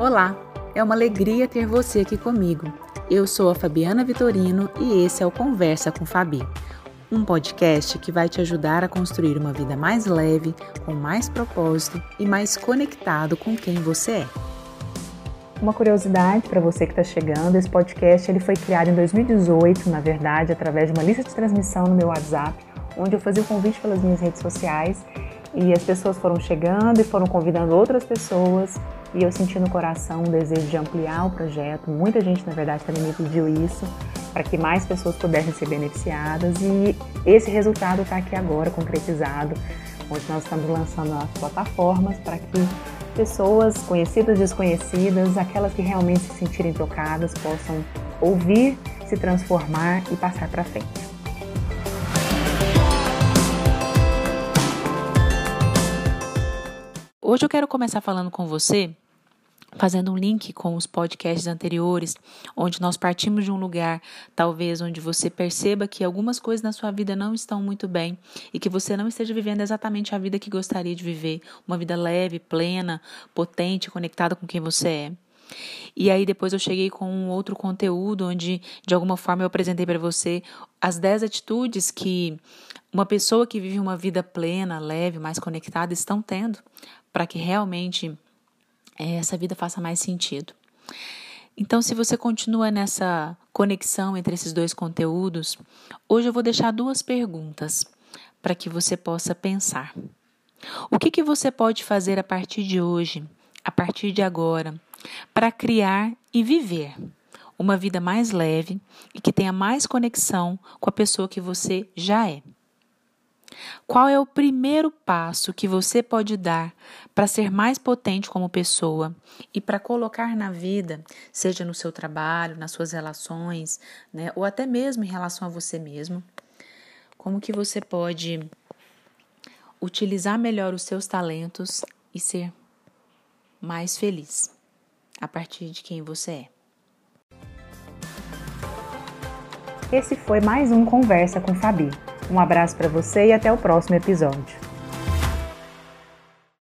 Olá, é uma alegria ter você aqui comigo. Eu sou a Fabiana Vitorino e esse é o Conversa com Fabi, um podcast que vai te ajudar a construir uma vida mais leve, com mais propósito e mais conectado com quem você é. Uma curiosidade para você que está chegando, esse podcast ele foi criado em 2018, na verdade, através de uma lista de transmissão no meu WhatsApp, onde eu fazia o convite pelas minhas redes sociais e as pessoas foram chegando e foram convidando outras pessoas e eu senti no coração um desejo de ampliar o projeto. Muita gente, na verdade, também me pediu isso, para que mais pessoas pudessem ser beneficiadas e esse resultado está aqui agora, concretizado, onde nós estamos lançando as plataformas para que pessoas conhecidas e desconhecidas, aquelas que realmente se sentirem tocadas, possam ouvir, se transformar e passar para frente. Hoje eu quero começar falando com você, fazendo um link com os podcasts anteriores, onde nós partimos de um lugar, talvez, onde você perceba que algumas coisas na sua vida não estão muito bem e que você não esteja vivendo exatamente a vida que gostaria de viver, uma vida leve, plena, potente, conectada com quem você é. E aí depois eu cheguei com um outro conteúdo, onde de alguma forma eu apresentei para você as 10 atitudes que uma pessoa que vive uma vida plena, leve, mais conectada, estão tendo, para que realmente essa vida faça mais sentido. Então, se você continua nessa conexão entre esses dois conteúdos, hoje eu vou deixar 2 perguntas para que você possa pensar. O que você pode fazer a partir de hoje, a partir de agora, para criar e viver uma vida mais leve e que tenha mais conexão com a pessoa que você já é? Qual é o primeiro passo que você pode dar para ser mais potente como pessoa e para colocar na vida, seja no seu trabalho, nas suas relações, né, ou até mesmo em relação a você mesmo, como que você pode utilizar melhor os seus talentos e ser mais feliz a partir de quem você é? Esse foi mais um Conversa com Fabi. Um abraço para você e até o próximo episódio.